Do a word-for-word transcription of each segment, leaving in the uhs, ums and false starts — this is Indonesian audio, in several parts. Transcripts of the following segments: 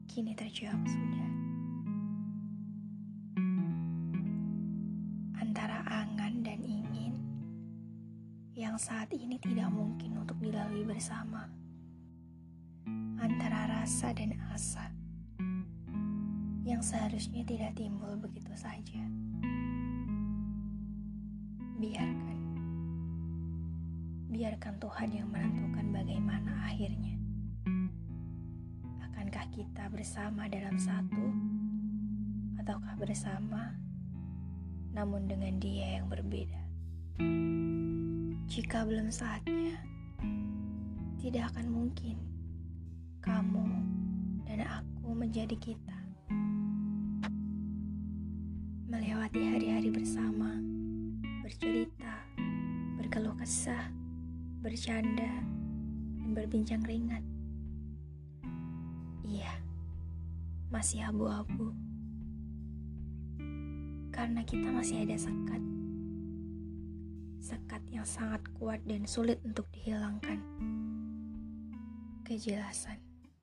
kini terjawab sudah. Antara angan dan ingin yang saat ini tidak mungkin untuk dilalui bersama. Antara rasa dan asa yang seharusnya tidak timbul begitu saja. Biarkan. Biarkan Tuhan yang menentukan bagaimana akhirnya. Akankah kita bersama dalam satu, ataukah bersama namun dengan dia yang berbeda? Jika belum saatnya, tidak akan mungkin kamu dan aku menjadi kita. Melewati hari-hari bersama, bercerita, berkeluh kesah, bercanda, dan berbincang ringan. Iya, masih abu-abu. Karena kita masih ada sekat. Sekat yang sangat kuat dan sulit untuk dihilangkan. Kejelasan.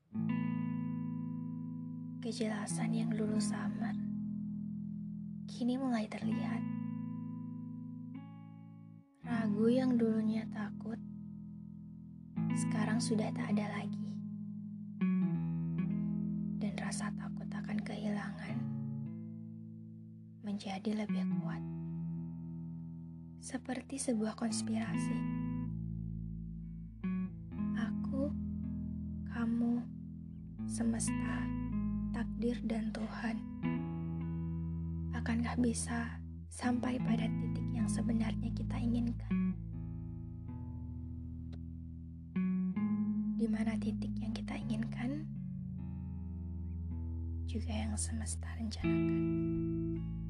Kejelasan yang dulu samar, kini mulai terlihat. Ragu yang dulunya takut, sekarang sudah tak ada lagi. Dan rasa takut akan kehilangan menjadi lebih kuat. Seperti sebuah konspirasi. Aku, kamu, semesta, takdir dan Tuhan. Akankah bisa sampai pada titik yang sebenarnya kita inginkan? Di mana titik yang kita inginkan juga yang semesta rencanakan.